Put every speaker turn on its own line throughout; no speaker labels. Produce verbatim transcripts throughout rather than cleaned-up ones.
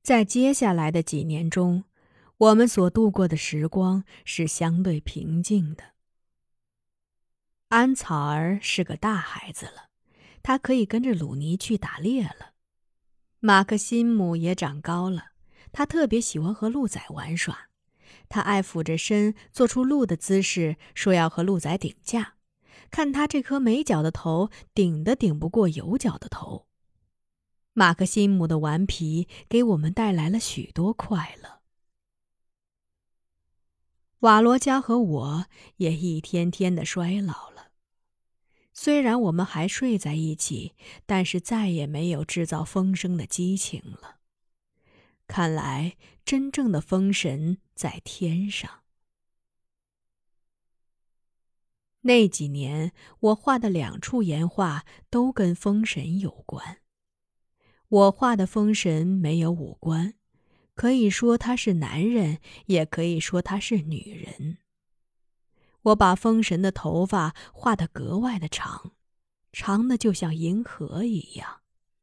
在接下来的几年中，我们所度过的时光是相对平静的。安草儿是个大孩子了，他可以跟着鲁尼去打猎了。马克辛姆也长高了，他特别喜欢和鹿仔玩耍。他爱俯着身做出鹿的姿势，说要和鹿仔顶架，看他这颗没角的头顶得顶不过有角的头。马克辛姆的顽皮给我们带来了许多快乐。瓦罗加和我也一天天的衰老了。虽然我们还睡在一起，但是再也没有制造风声的激情了。看来真正的风神在天上。那几年我画的两处岩画都跟风神有关。我画的风神没有五官，可以说他是男人，也可以说他是女人。我把风神的头发画得格外的长，长的就像银河一样。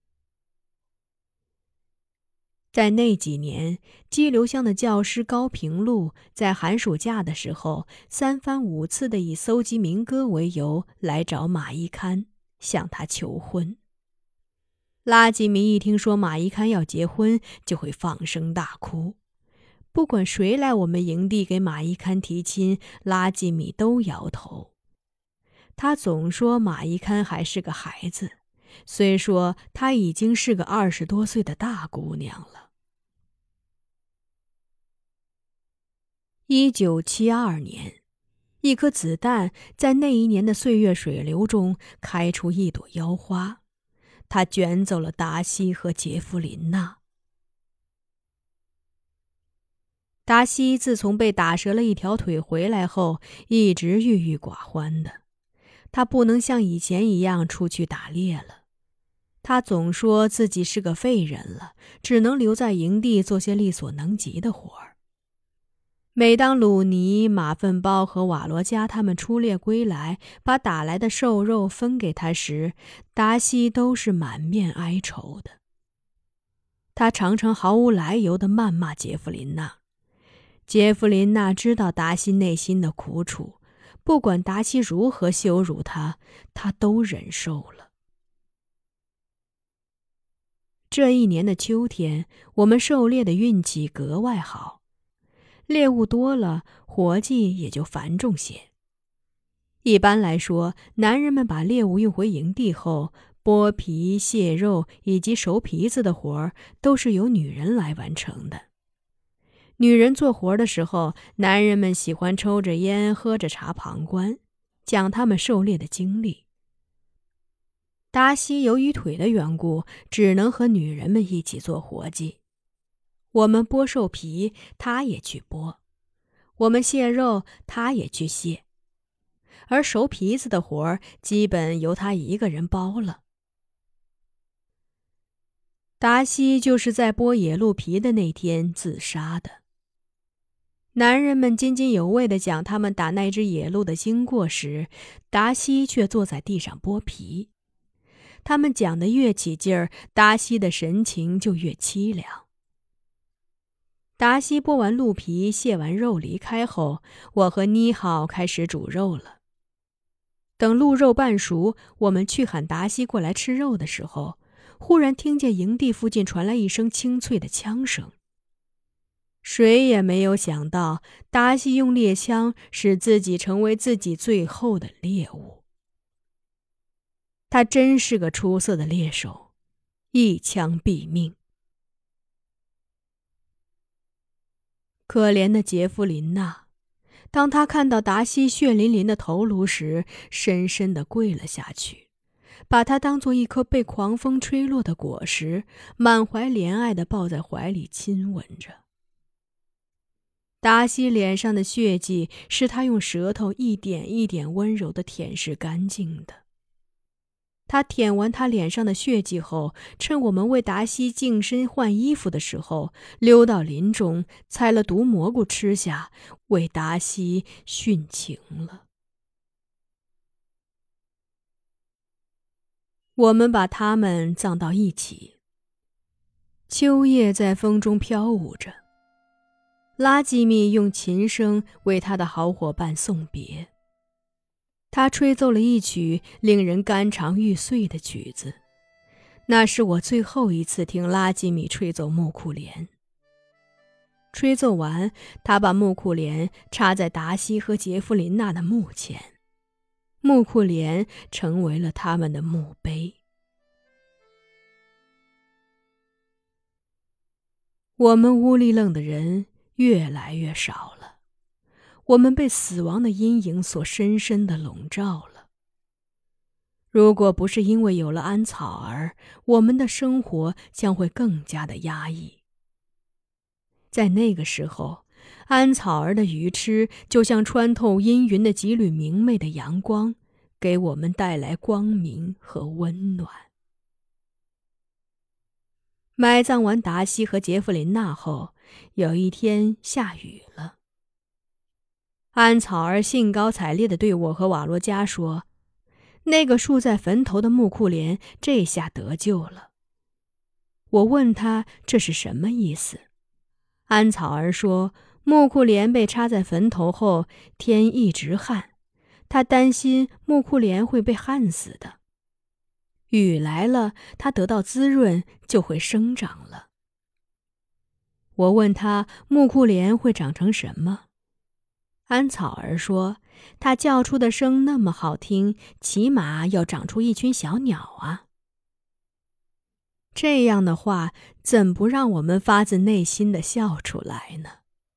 在那几年，激流乡的教师高平路在寒暑假的时候，三番五次的以搜集民歌为由来找马一堪，向他求婚。拉吉米一听说马一堪要结婚，就会放声大哭。不管谁来我们营地给马一堪提亲，拉吉米都摇头。他总说马一堪还是个孩子，虽说她已经是个二十多岁的大姑娘了。一九七二年，一颗子弹在那一年的岁月水流中开出一朵妖花，它卷走了达西和杰弗琳娜。达西自从被打折了一条腿回来后，一直郁郁寡欢的。他不能像以前一样出去打猎了。他总说自己是个废人了，只能留在营地做些力所能及的活儿。每当鲁尼、马粪包和瓦罗加他们出猎归来，把打来的瘦肉分给他时，达西都是满面哀愁的。他常常毫无来由地谩骂杰弗琳娜。杰弗琳娜知道达西内心的苦楚，不管达西如何羞辱他，他都忍受了。这一年的秋天，我们狩猎的运气格外好，猎物多了，活计也就繁重些。一般来说，男人们把猎物运回营地后，剥皮、卸肉以及熟皮子的活儿都是由女人来完成的。女人做活的时候，男人们喜欢抽着烟喝着茶旁观，讲他们狩猎的经历。达西由于腿的缘故，只能和女人们一起做活计。我们剥兽皮，他也去剥；我们卸肉，他也去卸。而熟皮子的活儿基本由他一个人包了。达西就是在剥野鹿皮的那天自杀的。男人们津津有味地讲他们打那只野鹿的经过时，达西却坐在地上剥皮。他们讲得越起劲儿，达西的神情就越凄凉。达西剥完鹿皮、卸完肉离开后，我和妮好开始煮肉了。等鹿肉半熟，我们去喊达西过来吃肉的时候，忽然听见营地附近传来一声清脆的枪声。谁也没有想到，达西用猎枪使自己成为自己最后的猎物。他真是个出色的猎手，一枪毙命。可怜的杰弗琳娜，当他看到达西血淋淋的头颅时，深深地跪了下去，把他当作一颗被狂风吹落的果实，满怀怜爱地抱在怀里亲吻着。达西脸上的血迹是他用舌头一点一点温柔地舔舐干净的。他舔完他脸上的血迹后，趁我们为达西净身换衣服的时候，溜到林中采了毒蘑菇吃下，为达西殉情了。我们把他们葬到一起。 秋叶在风中飘舞着，拉基米用琴声为他的好伙伴送别。他吹奏了一曲令人肝肠欲碎的曲子，那是我最后一次听拉基米吹奏木库莲。吹奏完，他把木库莲插在达西和杰弗琳娜的墓前，木库莲成为了他们的墓碑。我们乌里楞的人越来越少了，我们被死亡的阴影所深深地笼罩了。如果不是因为有了安草儿，我们的生活将会更加的压抑。在那个时候，安草儿的鱼吃就像穿透阴云的几缕明媚的阳光，给我们带来光明和温暖。埋葬完达西和杰弗琳娜后，有一天下雨了。安草儿兴高采烈地对我和瓦罗加说，那个竖在坟头的木库莲这下得救了。我问他这是什么意思，安草儿说，木库莲被插在坟头后，天一直旱，他担心木库莲会被旱死的。雨来了，它得到滋润，就会生长了。我问他木库莲会长成什么，安草儿说，它叫出的声那么好听，起码要长出一群小鸟啊。这样的话，怎不让我们发自内心地笑出来呢？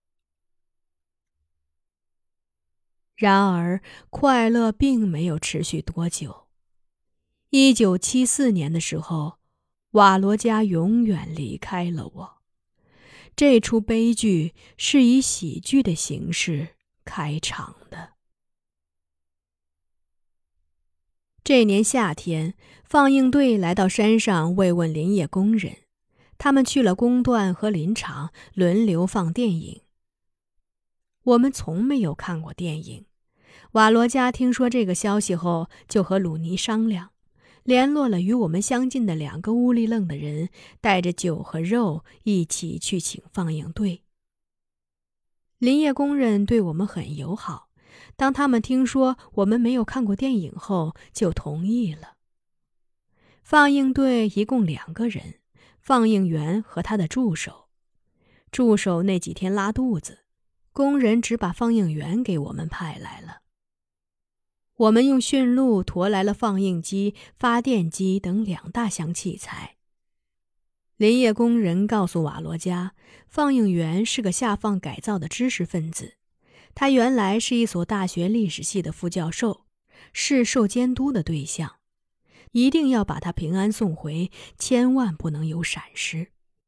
然而，快乐并没有持续多久。一九七四年的时候，瓦罗加永远离开了我。这出悲剧是以喜剧的形式开场的。这年夏天，放映队来到山上慰问林业工人，他们去了工段和林场，轮流放电影。我们从没有看过电影。瓦罗加听说这个消息后，就和鲁尼商量，联络了与我们相近的两个乌里楞的人，带着酒和肉一起去请放映队。林业工人对我们很友好，当他们听说我们没有看过电影后，就同意了。放映队一共两个人，放映员和他的助手。助手那几天拉肚子，工人只把放映员给我们派来了。我们用驯鹿驮来了放映机、发电机等两大箱器材。林业工人告诉瓦罗加，放映员是个下放改造的知识分子，他原来是一所大学历史系的副教授，是受监督的对象，一定要把他平安送回，千万不能有闪失。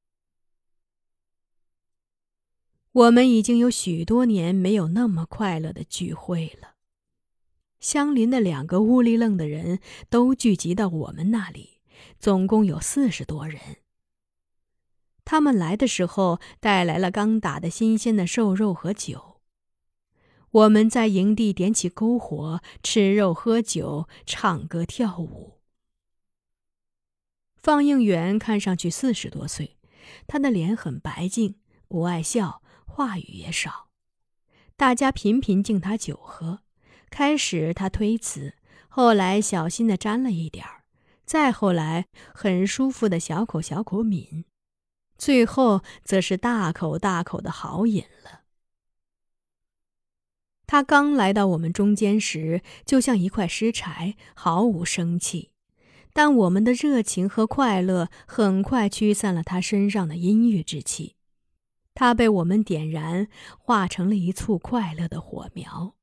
我们已经有许多年没有那么快乐的聚会了。相邻的两个乌里楞的人都聚集到我们那里，总共有四十多人。他们来的时候带来了刚打的新鲜的瘦肉和酒。我们在营地点起篝火，吃肉喝酒，唱歌跳舞。放映员看上去四十多岁，他的脸很白净，不爱笑，话语也少。大家频频敬他酒喝。开始他推辞，后来小心地沾了一点儿，再后来很舒服的小口小口抿，最后则是大口大口的豪饮了。他刚来到我们中间时，就像一块湿柴，毫无生气，但我们的热情和快乐很快驱散了他身上的阴郁之气，他被我们点燃，化成了一簇快乐的火苗。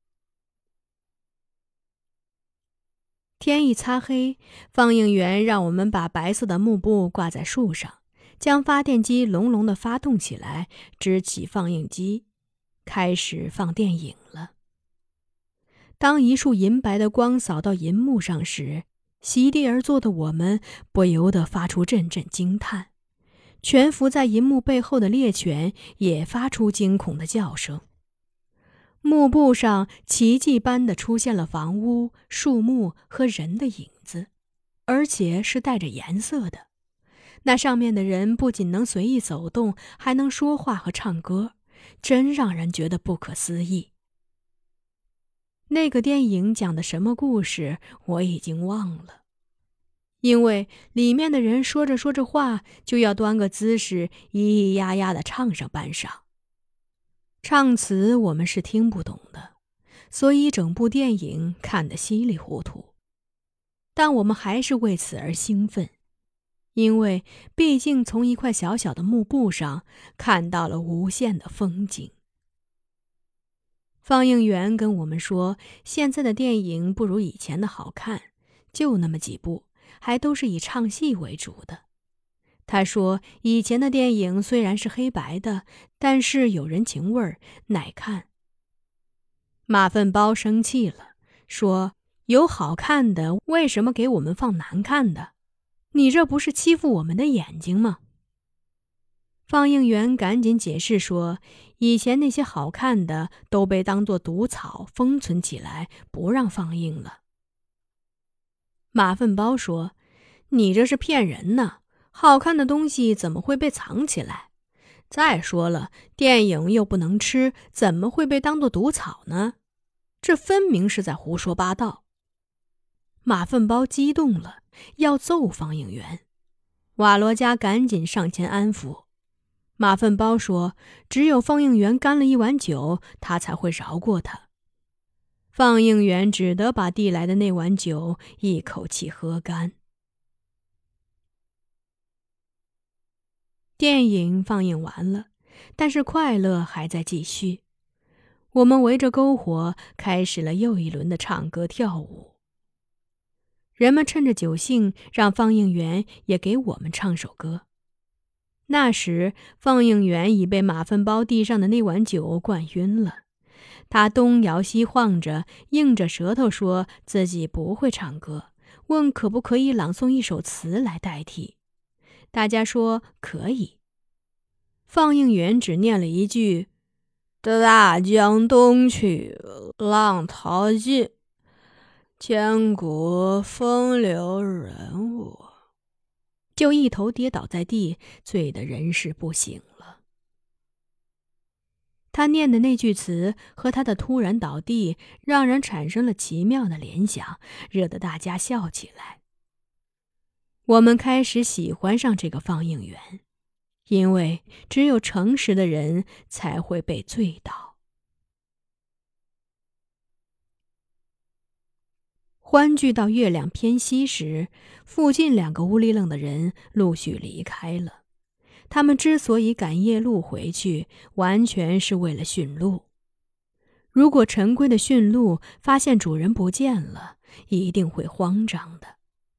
天一擦黑，放映员让我们把白色的幕布挂在树上，将发电机隆隆地发动起来，支起放映机，开始放电影了。当一束银白的光扫到银幕上时，席地而坐的我们不由得发出阵阵惊叹，蜷伏在银幕背后的猎犬也发出惊恐的叫声。幕布上奇迹般地出现了房屋、树木和人的影子，而且是带着颜色的。 那上面的人不仅能随意走动，还能说话和唱歌，真让人觉得不可思议。那个电影讲的什么故事，我已经忘了，因为里面的人说着说着话，就要端个姿势，咿咿呀呀地唱上半晌。唱词我们是听不懂的，所以整部电影看得稀里糊涂。但我们还是为此而兴奋，因为毕竟从一块小小的幕布上看到了无限的风景。放映员跟我们说，现在的电影不如以前的好看，就那么几部，还都是以唱戏为主的。他说，以前的电影虽然是黑白的，但是有人情味儿，耐看。马粪包生气了，说，有好看的，为什么给我们放难看的？你这不是欺负我们的眼睛吗？放映员赶紧解释说，以前那些好看的都被当作毒草封存起来，不让放映了。马粪包说，你这是骗人呢，好看的东西怎么会被藏起来？再说了，电影又不能吃，怎么会被当作毒草呢？这分明是在胡说八道。马粪包激动了，要揍放映员。瓦罗加赶紧上前安抚。马粪包说，只有放映员干了一碗酒，他才会饶过他。放映员只得把递来的那碗酒一口气喝干。电影放映完了，但是快乐还在继续。我们围着篝火开始了又一轮的唱歌跳舞。人们趁着酒兴，让放映员也给我们唱首歌。那时，放映员已被马粪包地上的那碗酒灌晕了。他东摇西晃着，硬着舌头说自己不会唱歌，问可不可以朗诵一首词来代替。大家说可以。放映员只念了一句：大江东去，浪淘尽，千古风流人物，就一头跌倒在地，醉得人事不省了。他念的那句词和他的突然倒地，让人产生了奇妙的联想，惹得大家笑起来。我们开始喜欢上这个放映员，因为只有诚实的人才会被醉倒。欢聚到月亮偏西时，附近两个乌里楞的人陆续离开了。他们之所以赶夜路回去，完全是为了驯鹿。如果陈规的驯鹿发现主人不见了，一定会慌张的。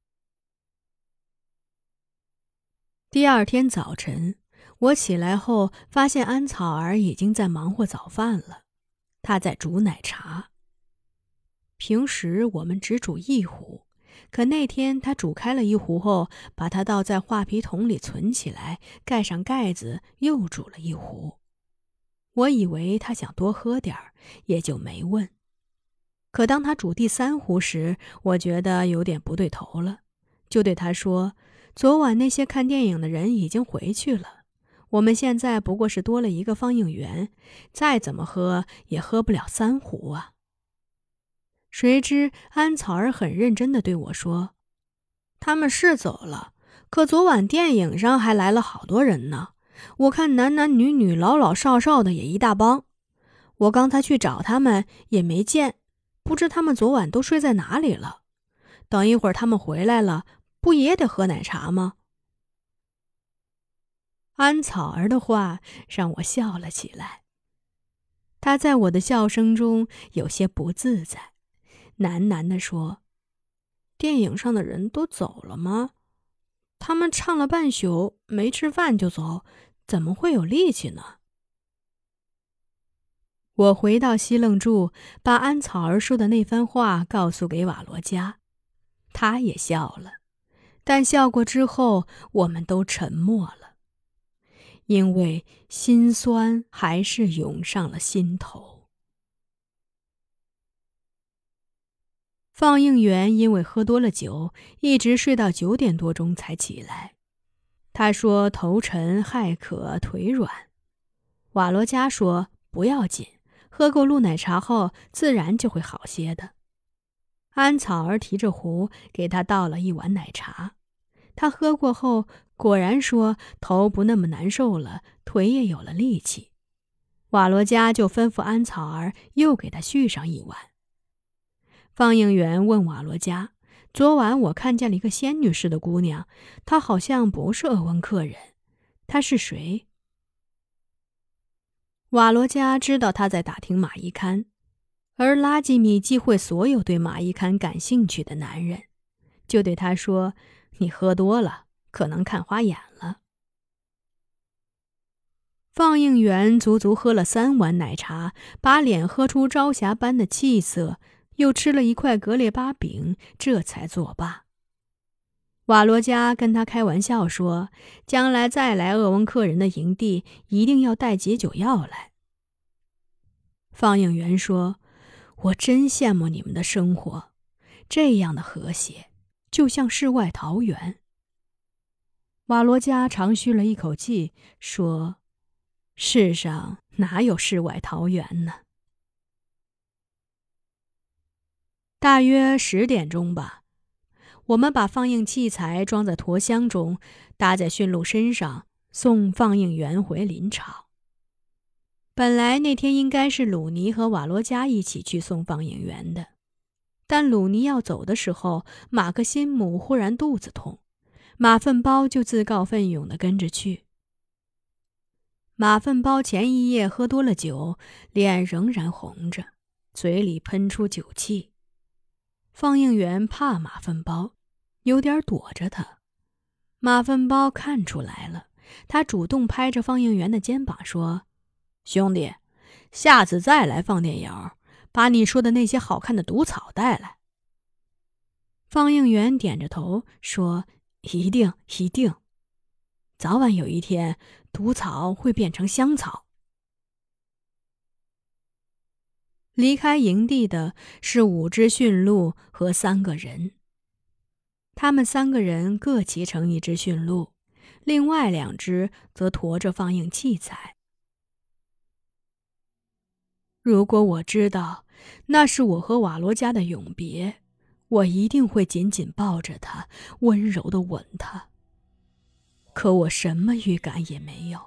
第二天早晨，我起来后发现安草儿已经在忙活早饭了，他在煮奶茶。平时我们只煮一壶，可那天他煮开了一壶后，把它倒在画皮桶里存起来，盖上盖子，又煮了一壶。我以为他想多喝点儿，也就没问。可当他煮第三壶时，我觉得有点不对头了，就对他说，昨晚那些看电影的人已经回去了，我们现在不过是多了一个放映员，再怎么喝也喝不了三壶啊。谁知安草儿很认真地对我说，他们是走了，可昨晚电影上还来了好多人呢，我看男男女女老老少少的也一大帮，我刚才去找他们也没见，不知他们昨晚都睡在哪里了，等一会儿他们回来了，不也得喝奶茶吗？安草儿的话让我笑了起来，他在我的笑声中有些不自在，喃喃地说，电影上的人都走了吗？他们唱了半宿，没吃饭就走，怎么会有力气呢？我回到西楞住，把安草儿说的那番话告诉给瓦罗加，他也笑了，但笑过之后，我们都沉默了，因为心酸还是涌上了心头。放映员因为喝多了酒，一直睡到九点多钟才起来。 他说头沉、害渴、腿软。瓦罗加说不要紧，喝过鹿奶茶后自然就会好些的。安草儿提着壶给他倒了一碗奶茶，他喝过后果然说头不那么难受了，腿也有了力气。瓦罗加就吩咐安草儿又给他续上一碗。放映员问瓦罗加，昨晚我看见了一个仙女似的姑娘，她好像不是鄂温克人，她是谁？瓦罗加知道他在打听马伊堪，而拉吉米忌讳所有对马伊堪感兴趣的男人，就对他说，你喝多了，可能看花眼了。放映员足足喝了三碗奶茶，把脸喝出朝霞般的气色，又吃了一块格列巴饼，这才作罢。瓦罗加跟他开玩笑说，将来再来鄂温克人的营地，一定要带解酒药来。放映员说，我真羡慕你们的生活，这样的和谐，就像世外桃源。瓦罗加长吁了一口气，说，世上哪有世外桃源呢？大约十点钟吧，我们把放映器材装在驼箱中，搭在驯鹿身上，送放映员回林场。本来那天应该是鲁尼和瓦罗加一起去送放映员的，但鲁尼要走的时候，马克辛姆忽然肚子痛，马粪包就自告奋勇地跟着去。马粪包前一夜喝多了酒，脸仍然红着，嘴里喷出酒气。放映员怕马粪包，有点躲着他。马粪包看出来了，他主动拍着放映员的肩膀说，兄弟，下次再来放电影，把你说的那些好看的毒草带来。放映员点着头说，一定一定，早晚有一天毒草会变成香草。离开营地的是五只驯鹿和三个人，他们三个人各骑成一只驯鹿，另外两只则驮着放映器材。如果我知道那是我和瓦罗加的永别，我一定会紧紧抱着他，温柔地吻他。可我什么预感也没有。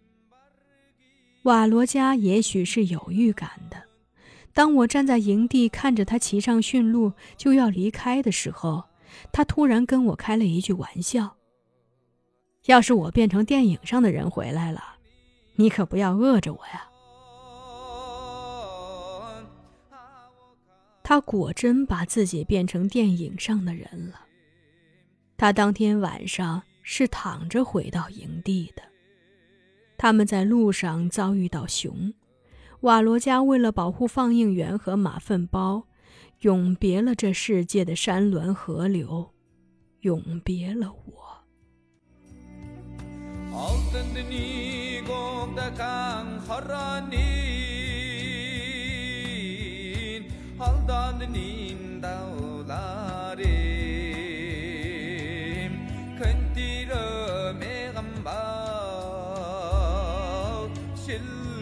瓦罗加也许是有预感的，当我站在营地看着他骑上驯鹿就要离开的时候，他突然跟我开了一句玩笑，要是我变成电影上的人回来了，你可不要饿着我呀。他果真把自己变成电影上的人了。他当天晚上是躺着回到营地的。他们在路上遭遇到熊，瓦罗加为了保护放映员和马粪包，永别了这世界的山峦河流，永别了我。
Haldanin daularim Kentira megambal Shil